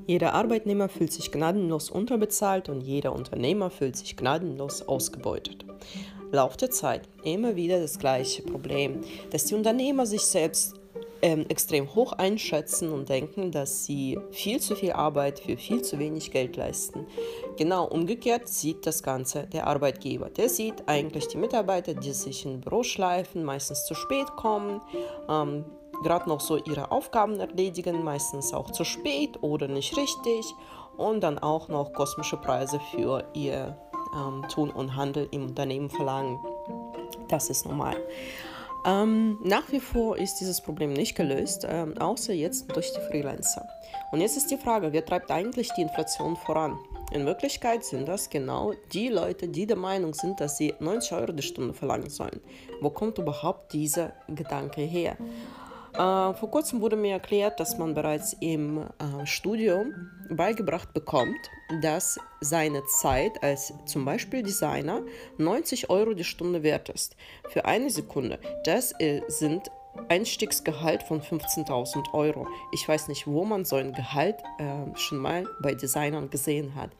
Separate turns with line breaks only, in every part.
Jeder Arbeitnehmer fühlt sich gnadenlos unterbezahlt und jeder Unternehmer fühlt sich gnadenlos ausgebeutet. Lauf der Zeit immer wieder das gleiche Problem, dass die Unternehmer sich selbst extrem hoch einschätzen und denken, dass sie viel zu viel Arbeit für viel zu wenig Geld leisten. Genau umgekehrt sieht das Ganze der Arbeitgeber. Der sieht eigentlich die Mitarbeiter, die sich im Büro schleifen, meistens zu spät kommen, gerade noch so ihre Aufgaben erledigen, meistens auch zu spät oder nicht richtig und dann auch noch kosmische Preise für ihr Tun und Handeln im Unternehmen verlangen. Das ist normal. Nach wie vor ist dieses Problem nicht gelöst, außer jetzt durch die Freelancer. Und jetzt ist die Frage, wer treibt eigentlich die Inflation voran? In Wirklichkeit sind das genau die Leute, die der Meinung sind, dass sie 90 Euro die Stunde verlangen sollen. Wo kommt überhaupt dieser Gedanke her? Vor kurzem wurde mir erklärt, dass man bereits im Studium beigebracht bekommt, dass seine Zeit als zum Beispiel Designer 90 Euro die Stunde wert ist. Für eine Sekunde. Das sind Einstiegsgehalt von 15.000 Euro. Ich weiß nicht, wo man so ein Gehalt schon mal bei Designern gesehen hat.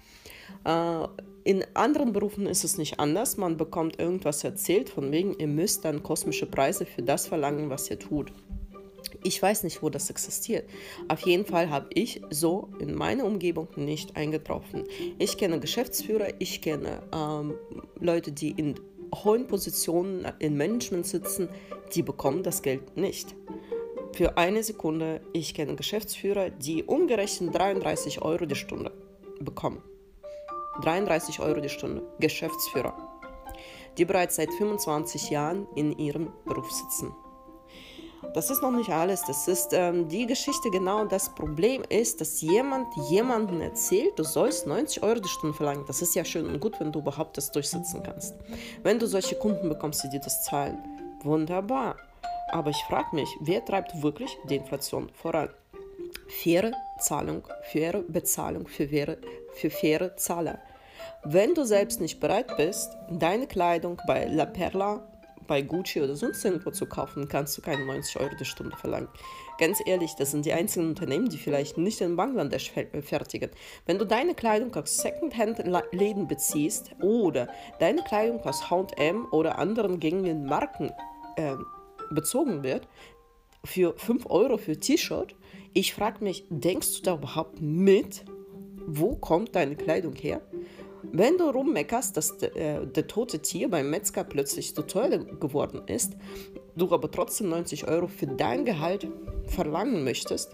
In anderen Berufen ist es nicht anders. Man bekommt irgendwas erzählt, von wegen, ihr müsst dann kosmische Preise für das verlangen, was ihr tut. Ich weiß nicht, wo das existiert. Auf jeden Fall habe ich so in meiner Umgebung nicht eingetroffen. Ich kenne Geschäftsführer, ich kenne Leute, die in hohen Positionen im Management sitzen, die bekommen das Geld nicht. Für eine Sekunde, ich kenne Geschäftsführer, die umgerechnet 33 Euro die Stunde bekommen. 33 Euro die Stunde, Geschäftsführer, die bereits seit 25 Jahren in ihrem Beruf sitzen. Das ist noch nicht alles, das ist die Geschichte genau. Das Problem ist, dass jemandem erzählt, du sollst 90 Euro die Stunde verlangen. Das ist ja schön und gut, wenn du überhaupt das durchsetzen kannst. Wenn du solche Kunden bekommst, die dir das zahlen, wunderbar. Aber ich frage mich, wer treibt wirklich die Inflation voran? Faire Zahlung, faire Bezahlung für faire Zahler. Wenn du selbst nicht bereit bist, deine Kleidung bei La Perla, bei Gucci oder sonst irgendwo zu kaufen, kannst du keine 90 Euro die Stunde verlangen. Ganz ehrlich, das sind die einzigen Unternehmen, die vielleicht nicht in Bangladesch fertigen. Wenn du deine Kleidung aus Secondhand-Läden beziehst oder deine Kleidung aus H&M oder anderen gängigen Marken bezogen wird, für 5 Euro für T-Shirt, ich frage mich, denkst du da überhaupt mit? Wo kommt deine Kleidung her? Wenn du rummeckerst, dass der tote Tier beim Metzger plötzlich zu teuer geworden ist, du aber trotzdem 90 Euro für dein Gehalt verlangen möchtest,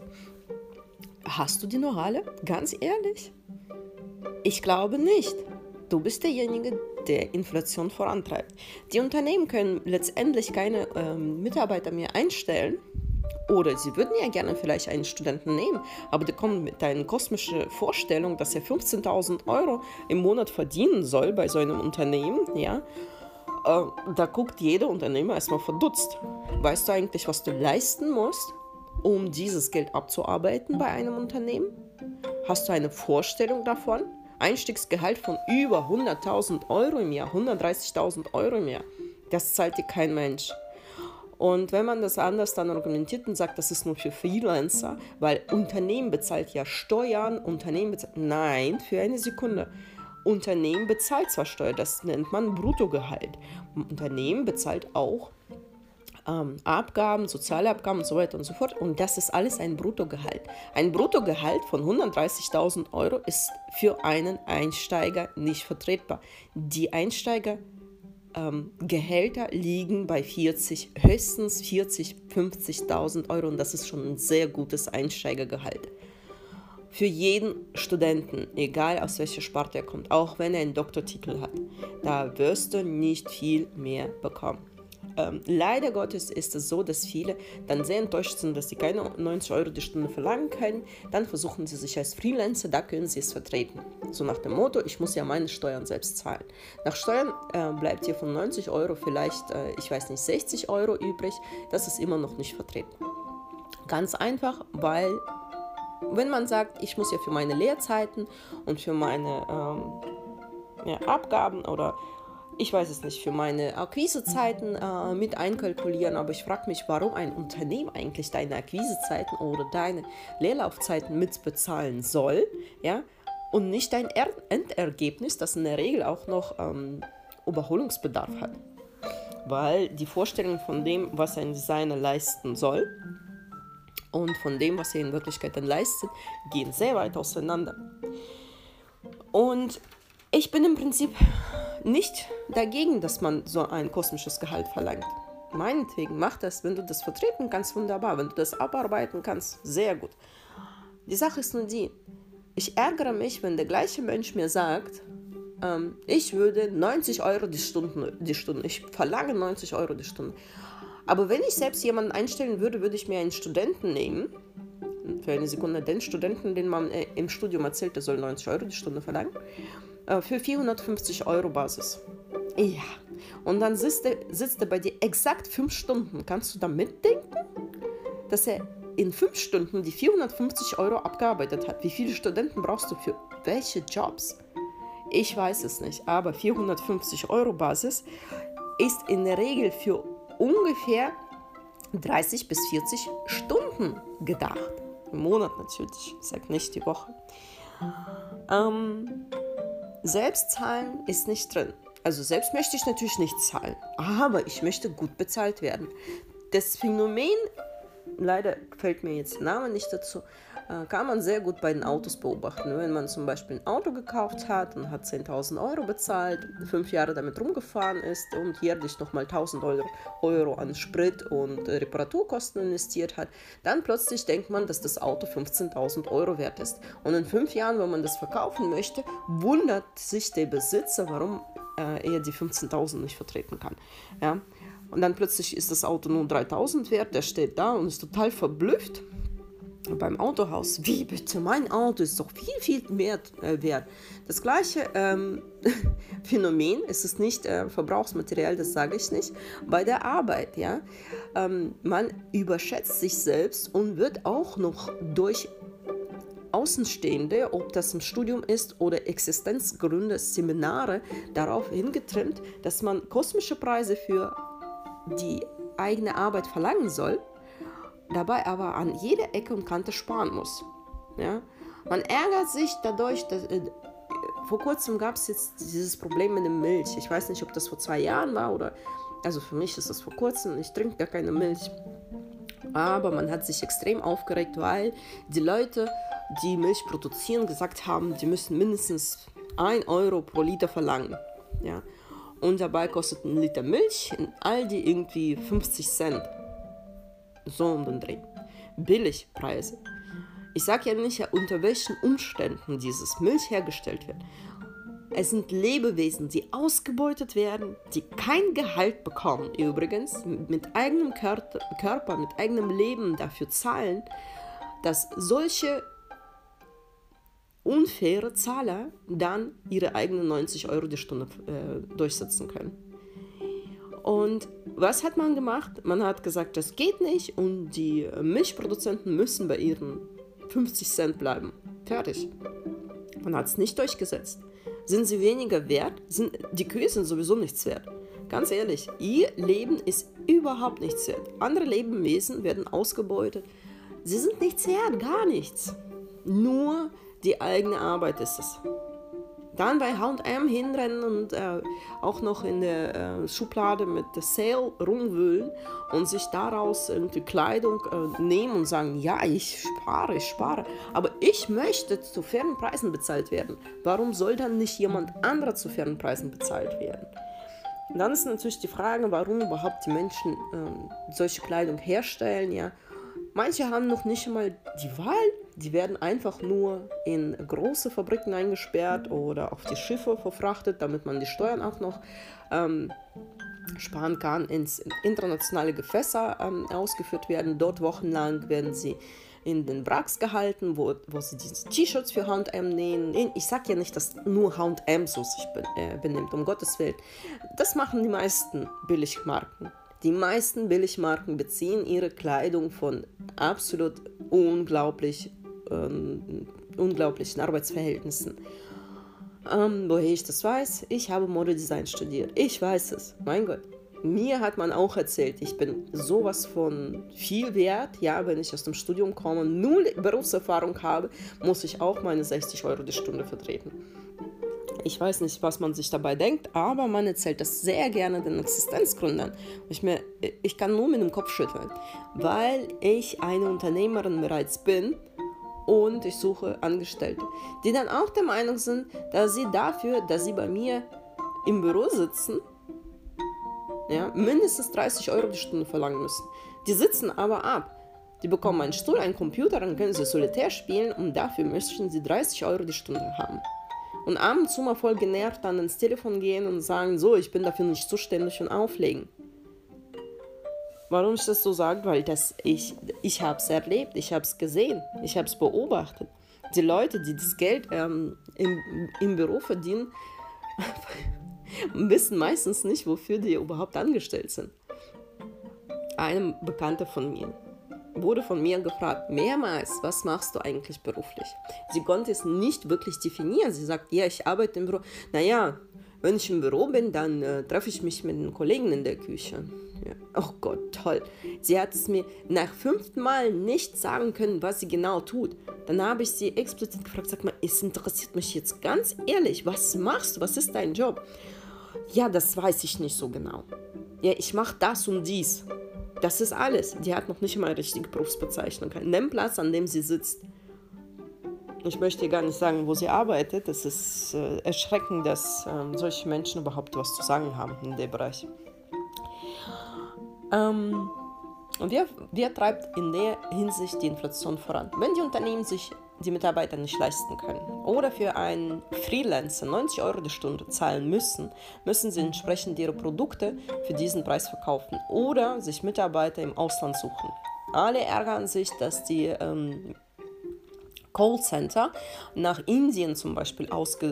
hast du die noch alle? Ganz ehrlich? Ich glaube nicht. Du bist derjenige, der Inflation vorantreibt. Die Unternehmen können letztendlich keine Mitarbeiter mehr einstellen. Oder sie würden ja gerne vielleicht einen Studenten nehmen, aber die kommen mit einer kosmischen Vorstellung, dass er 15.000 Euro im Monat verdienen soll bei so einem Unternehmen. Ja? Da guckt jeder Unternehmer erstmal verdutzt. Weißt du eigentlich, was du leisten musst, um dieses Geld abzuarbeiten bei einem Unternehmen? Hast du eine Vorstellung davon? Einstiegsgehalt von über 100.000 Euro im Jahr, 130.000 Euro im Jahr, das zahlt dir kein Mensch. Und wenn man das anders dann argumentiert und sagt, das ist nur für Freelancer, weil Unternehmen bezahlt ja Steuern, nein, für eine Sekunde. Unternehmen bezahlt zwar Steuer, das nennt man Bruttogehalt. Unternehmen bezahlt auch Abgaben, Sozialabgaben und so weiter und so fort. Und das ist alles ein Bruttogehalt. Ein Bruttogehalt von 130.000 Euro ist für einen Einsteiger nicht vertretbar. Die Gehälter liegen bei höchstens 40.000, 50.000 Euro und das ist schon ein sehr gutes Einsteigergehalt. Für jeden Studenten, egal aus welcher Sparte er kommt, auch wenn er einen Doktortitel hat, da wirst du nicht viel mehr bekommen. Leider Gottes ist es so, dass viele dann sehr enttäuscht sind, dass sie keine 90 Euro die Stunde verlangen können. Dann versuchen sie sich als Freelancer, da können sie es vertreten. So nach dem Motto, ich muss ja meine Steuern selbst zahlen. Nach Steuern bleibt hier von 90 Euro vielleicht, 60 Euro übrig. Das ist immer noch nicht vertreten. Ganz einfach, weil wenn man sagt, ich muss ja für meine Lehrzeiten und für meine Abgaben oder ich weiß es nicht, für meine Akquisezeiten mit einkalkulieren, aber ich frage mich, warum ein Unternehmen eigentlich deine Akquisezeiten oder deine Leerlaufzeiten mitbezahlen soll, ja, und nicht dein Endergebnis, das in der Regel auch noch Überholungsbedarf hat. Weil die Vorstellung von dem, was ein Designer leisten soll und von dem, was er in Wirklichkeit dann leistet, gehen sehr weit auseinander. Und ich bin im Prinzip nicht dagegen, dass man so ein kosmisches Gehalt verlangt. Meinetwegen, mach das, wenn du das vertreten kannst, wunderbar. Wenn du das abarbeiten kannst, sehr gut. Die Sache ist nur die, ich ärgere mich, wenn der gleiche Mensch mir sagt, ich würde 90 Euro die Stunde, ich verlange 90 Euro die Stunde. Aber wenn ich selbst jemanden einstellen würde, würde ich mir einen Studenten nehmen, für eine Sekunde, den Studenten, den man im Studium erzählt, der soll 90 Euro die Stunde verlangen, für 450 Euro Basis. Ja, und dann sitzt er bei dir exakt 5 Stunden. Kannst du da mitdenken, dass er in 5 Stunden die 450 Euro abgearbeitet hat? Wie viele Studenten brauchst du für welche Jobs? Ich weiß es nicht, aber 450 Euro Basis ist in der Regel für ungefähr 30 bis 40 Stunden gedacht. Im Monat natürlich, ich sage nicht die Woche. Selbst zahlen ist nicht drin. Also selbst möchte ich natürlich nicht zahlen, aber ich möchte gut bezahlt werden. Das Phänomen, leider fällt mir jetzt der Name nicht dazu, kann man sehr gut bei den Autos beobachten. Wenn man zum Beispiel ein Auto gekauft hat und hat 10.000 Euro bezahlt, 5 Jahre damit rumgefahren ist und jährlich nochmal 1.000 Euro an Sprit und Reparaturkosten investiert hat, dann plötzlich denkt man, dass das Auto 15.000 Euro wert ist. Und in 5 Jahren, wenn man das verkaufen möchte, wundert sich der Besitzer, warum er die 15.000 nicht vertreten kann. Ja? Und dann plötzlich ist das Auto nur 3.000 wert, der steht da und ist total verblüfft. Beim Autohaus, wie bitte, mein Auto ist doch viel, viel mehr wert. Das gleiche Phänomen, es ist nicht Verbrauchsmaterial, das sage ich nicht, bei der Arbeit, ja. Man überschätzt sich selbst und wird auch noch durch Außenstehende, ob das im Studium ist oder Existenzgründe, Seminare, darauf hingetrimmt, dass man kosmische Preise für die eigene Arbeit verlangen soll, dabei aber an jeder Ecke und Kante sparen muss. Ja? Man ärgert sich dadurch, dass, vor kurzem gab es jetzt dieses Problem mit der Milch. Ich weiß nicht, ob das vor 2 Jahren war oder, also für mich ist das vor kurzem, ich trinke gar keine Milch. Aber man hat sich extrem aufgeregt, weil die Leute, die Milch produzieren, gesagt haben, die müssen mindestens 1 Euro pro Liter verlangen. Ja? Und dabei kostet ein Liter Milch in Aldi irgendwie 50 Cent. So um den Dreh. Billigpreise. Ich sage ja nicht, unter welchen Umständen dieses Milch hergestellt wird. Es sind Lebewesen, die ausgebeutet werden, die kein Gehalt bekommen, übrigens mit eigenem Körper, mit eigenem Leben dafür zahlen, dass solche unfaire Zahler dann ihre eigenen 90 Euro die Stunde durchsetzen können. Und was hat man gemacht? Man hat gesagt, das geht nicht und die Milchproduzenten müssen bei ihren 50 Cent bleiben. Fertig. Man hat es nicht durchgesetzt. Sind sie weniger wert? Die Kühe sind sowieso nichts wert. Ganz ehrlich, ihr Leben ist überhaupt nichts wert. Andere Lebewesen werden ausgebeutet. Sie sind nichts wert, gar nichts. Nur die eigene Arbeit ist es. Dann bei H&M hinrennen und auch noch in der Schublade mit der Sale rumwühlen und sich daraus irgendwie Kleidung nehmen und sagen, ja, ich spare. Aber ich möchte zu fairen Preisen bezahlt werden. Warum soll dann nicht jemand anderer zu fairen Preisen bezahlt werden? Und dann ist natürlich die Frage, warum überhaupt die Menschen solche Kleidung herstellen, ja. Manche haben noch nicht einmal die Wahl, die werden einfach nur in große Fabriken eingesperrt oder auf die Schiffe verfrachtet, damit man die Steuern auch noch sparen kann, ins internationale Gewässer ausgeführt werden. Dort wochenlang werden sie in den Wracks gehalten, wo sie diese T-Shirts für H&M nähen. Ich sage ja nicht, dass nur H&M so sich benimmt, um Gottes Willen. Das machen die meisten Billigmarken. Die meisten Billigmarken beziehen ihre Kleidung von absolut unglaublichen Arbeitsverhältnissen. Woher ich das weiß? Ich habe Modedesign studiert. Ich weiß es. Mein Gott. Mir hat man auch erzählt, ich bin sowas von viel wert. Ja, wenn ich aus dem Studium komme, null Berufserfahrung habe, muss ich auch meine 60 Euro die Stunde vertreten. Ich weiß nicht, was man sich dabei denkt, aber man erzählt das sehr gerne den Existenzgründern. Ich kann nur mit dem Kopf schütteln, weil ich eine Unternehmerin bereits bin und ich suche Angestellte, die dann auch der Meinung sind, dass sie dafür, dass sie bei mir im Büro sitzen, ja, mindestens 30 Euro die Stunde verlangen müssen. Die sitzen aber ab. Die bekommen einen Stuhl, einen Computer, dann können sie Solitär spielen und dafür möchten sie 30 Euro die Stunde haben. Und abends zu mal voll genervt dann ins Telefon gehen und sagen, so, ich bin dafür nicht zuständig und auflegen. Warum ich das so sage? Weil ich habe es erlebt, ich habe es gesehen, ich habe es beobachtet. Die Leute, die das Geld im Büro verdienen, wissen meistens nicht, wofür die überhaupt angestellt sind. Eine Bekannte von mir wurde von mir gefragt, mehrmals, was machst du eigentlich beruflich? Sie konnte es nicht wirklich definieren. Sie sagt, ja, ich arbeite im Büro. Naja, wenn ich im Büro bin, dann treffe ich mich mit den Kollegen in der Küche. Ja. Oh Gott, toll. Sie hat es mir nach 5. Mal nicht sagen können, was sie genau tut. Dann habe ich sie explizit gefragt, sag mal, es interessiert mich jetzt ganz ehrlich, was machst du, was ist dein Job? Ja, das weiß ich nicht so genau. Ja, ich mache das und dies. Das ist alles. Die hat noch nicht mal eine richtige Berufsbezeichnung. An dem Platz, an dem sie sitzt. Ich möchte gar nicht sagen, wo sie arbeitet. Es ist erschreckend, dass solche Menschen überhaupt was zu sagen haben in dem Bereich. Und wer treibt in der Hinsicht die Inflation voran? Wenn die Unternehmen sich die Mitarbeiter nicht leisten können oder für einen Freelancer 90 Euro die Stunde zahlen müssen sie entsprechend ihre Produkte für diesen Preis verkaufen oder sich Mitarbeiter im Ausland suchen. Alle ärgern sich, dass die Callcenter nach Indien zum Beispiel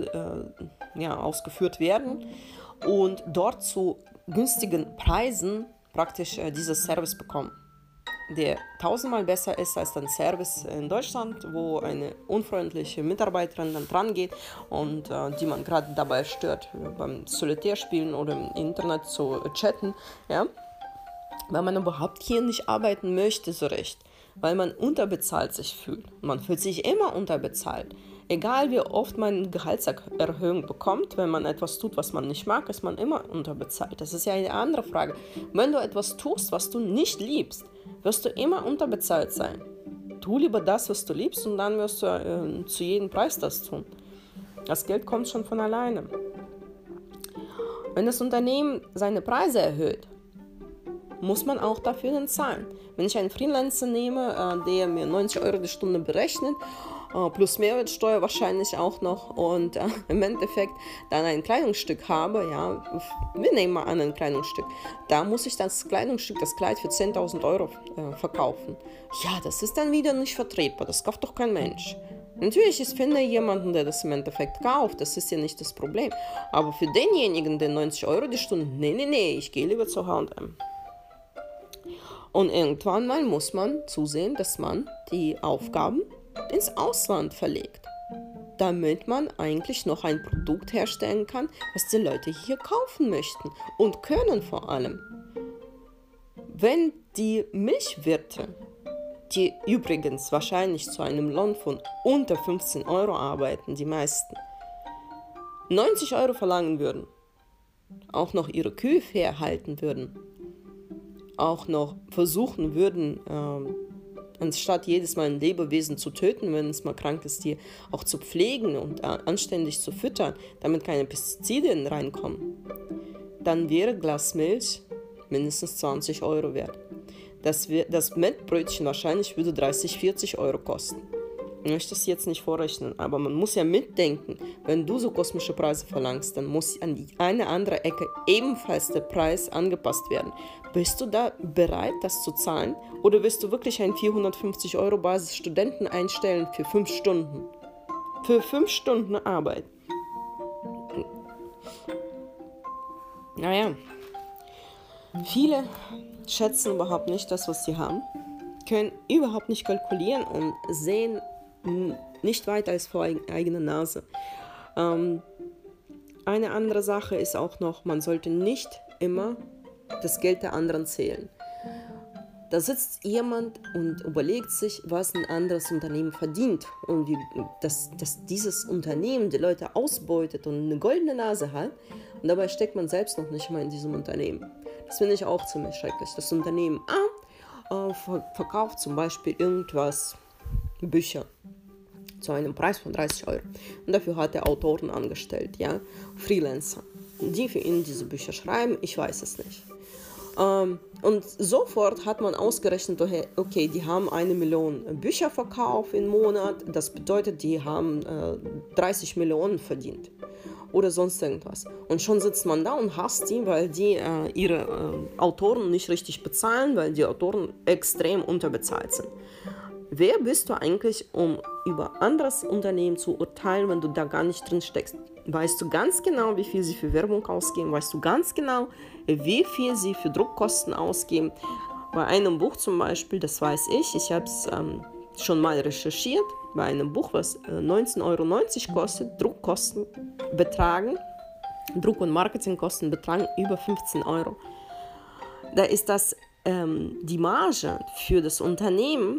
ausgeführt werden und dort zu günstigen Preisen praktisch dieses Service bekommen, der 1000-mal besser ist als ein Service in Deutschland, wo eine unfreundliche Mitarbeiterin dann dran geht und die man gerade dabei stört, beim Solitärspielen oder im Internet zu chatten, ja? Weil man überhaupt hier nicht arbeiten möchte so recht, weil man unterbezahlt sich fühlt. Man fühlt sich immer unterbezahlt. Egal wie oft man eine Gehaltserhöhung bekommt, wenn man etwas tut, was man nicht mag, ist man immer unterbezahlt. Das ist ja eine andere Frage. Wenn du etwas tust, was du nicht liebst, wirst du immer unterbezahlt sein. Tu lieber das, was du liebst, und dann wirst du zu jedem Preis das tun. Das Geld kommt schon von alleine. Wenn das Unternehmen seine Preise erhöht, muss man auch dafür dann zahlen. Wenn ich einen Freelancer nehme, der mir 90 Euro die Stunde berechnet, plus Mehrwertsteuer wahrscheinlich auch noch und im Endeffekt dann ein Kleidungsstück habe, ja, wir nehmen mal an ein Kleidungsstück, da muss ich das Kleidungsstück, das Kleid für 10.000 Euro verkaufen. Ja, das ist dann wieder nicht vertretbar, das kauft doch kein Mensch. Natürlich, ich finde jemanden, der das im Endeffekt kauft, das ist ja nicht das Problem. Aber für denjenigen, der 90 Euro die Stunde, nee, ich gehe lieber zu H&M. Und irgendwann mal muss man zusehen, dass man die Aufgaben ins Ausland verlegt, damit man eigentlich noch ein Produkt herstellen kann, was die Leute hier kaufen möchten und können vor allem. Wenn die Milchwirte, die übrigens wahrscheinlich zu einem Lohn von unter 15 Euro arbeiten, die meisten, 90 Euro verlangen würden, auch noch ihre Kühe fair halten würden, auch noch versuchen würden, anstatt jedes Mal ein Lebewesen zu töten, wenn es mal krank ist, die auch zu pflegen und anständig zu füttern, damit keine Pestizide reinkommen, dann wäre Glas Milch mindestens 20 Euro wert. Das Mettbrötchen wahrscheinlich würde 30, 40 Euro kosten. Ich möchte das jetzt nicht vorrechnen, aber man muss ja mitdenken, wenn du so kosmische Preise verlangst, dann muss an eine andere Ecke ebenfalls der Preis angepasst werden. Bist du da bereit, das zu zahlen? Oder willst du wirklich einen 450 Euro Basisstudenten einstellen für 5 Stunden? Für 5 Stunden Arbeit. Naja, viele schätzen überhaupt nicht das, was sie haben, können überhaupt nicht kalkulieren und sehen nicht weiter als vor eigener Nase. eine andere Sache ist auch noch, man sollte nicht immer das Geld der anderen zählen. Da sitzt jemand und überlegt sich, was ein anderes Unternehmen verdient und dass dieses Unternehmen die Leute ausbeutet und eine goldene Nase hat, und dabei steckt man selbst noch nicht mal in diesem Unternehmen. Das finde ich auch ziemlich schrecklich. Das Unternehmen A verkauft zum Beispiel irgendwas, Bücher, zu einem Preis von 30 Euro. Und dafür hat er Autoren angestellt, ja, Freelancer, die für ihn diese Bücher schreiben, ich weiß es nicht. Und sofort hat man ausgerechnet, okay, die haben 1 Million Bücher verkauft im Monat, das bedeutet, die haben 30 Millionen verdient oder sonst irgendwas. Und schon sitzt man da und hasst die, weil die ihre Autoren nicht richtig bezahlen, weil die Autoren extrem unterbezahlt sind. Wer bist du eigentlich, um über anderes Unternehmen zu urteilen, wenn du da gar nicht drin steckst? Weißt du ganz genau, wie viel sie für Werbung ausgeben? Weißt du ganz genau, wie viel sie für Druckkosten ausgeben? Bei einem Buch zum Beispiel, das weiß ich habe es schon mal recherchiert, bei einem Buch, was 19,90 € kostet, Druckkosten betragen, Druck- und Marketingkosten betragen über 15 Euro. Da ist das die Marge für das Unternehmen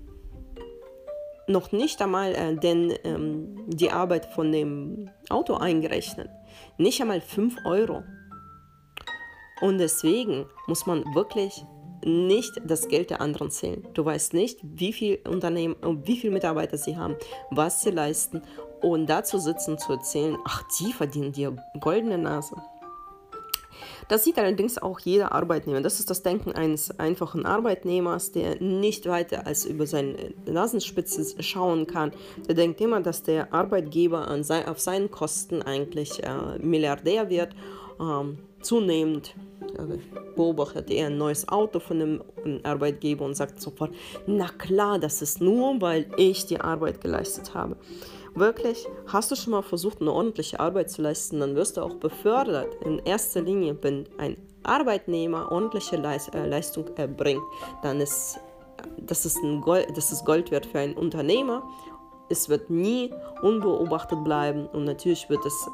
noch nicht einmal die Arbeit von dem Auto eingerechnet. Nicht einmal 5 Euro. Und deswegen muss man wirklich nicht das Geld der anderen zählen. Du weißt nicht, wie viel Unternehmen, wie viele Mitarbeiter sie haben, was sie leisten. Und dazu sitzen zu erzählen, ach, die verdienen die goldene Nase. Das sieht allerdings auch jeder Arbeitnehmer. Das ist das Denken eines einfachen Arbeitnehmers, der nicht weiter als über seine Nasenspitze schauen kann. Der denkt immer, dass der Arbeitgeber auf seinen Kosten eigentlich Milliardär wird. Zunehmend beobachtet er ein neues Auto von dem Arbeitgeber und sagt sofort, na klar, das ist nur, weil ich die Arbeit geleistet habe. Wirklich, hast du schon mal versucht, eine ordentliche Arbeit zu leisten, dann wirst du auch befördert. In erster Linie, wenn ein Arbeitnehmer ordentliche Leistung erbringt, dann ist das Gold wert für einen Unternehmer. Es wird nie unbeobachtet bleiben und natürlich wird es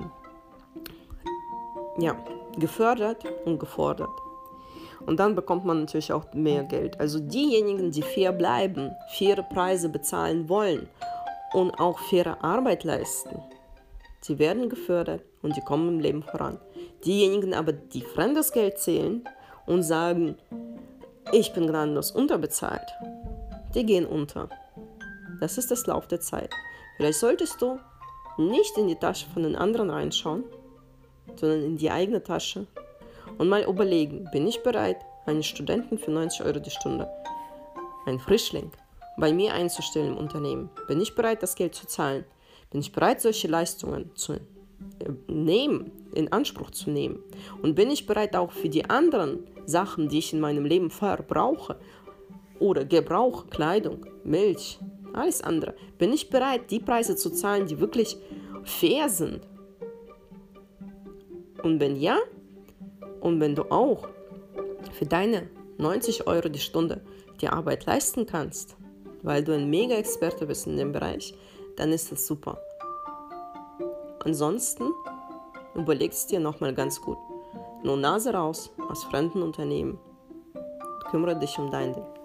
gefördert und gefordert. Und dann bekommt man natürlich auch mehr Geld. Also diejenigen, die fair bleiben, faire Preise bezahlen wollen und auch faire Arbeit leisten, sie werden gefördert und die kommen im Leben voran. Diejenigen aber, die fremdes Geld zählen und sagen, ich bin gnadenlos unterbezahlt, die gehen unter. Das ist das Lauf der Zeit. Vielleicht solltest du nicht in die Tasche von den anderen reinschauen, sondern in die eigene Tasche und mal überlegen, bin ich bereit, einen Studenten für 90 Euro die Stunde, einen Frischling, bei mir einzustellen im Unternehmen? Bin ich bereit, das Geld zu zahlen? Bin ich bereit, solche Leistungen zu nehmen, in Anspruch zu nehmen? Und bin ich bereit, auch für die anderen Sachen, die ich in meinem Leben verbrauche oder gebrauche, Kleidung, Milch, alles andere, bin ich bereit, die Preise zu zahlen, die wirklich fair sind? Und wenn ja, und wenn du auch für deine 90 Euro die Stunde die Arbeit leisten kannst, weil du ein Mega-Experte bist in dem Bereich, dann ist das super. Ansonsten überlegst dir nochmal ganz gut. Nur Nase raus aus fremden Unternehmen. Kümmere dich um dein Ding.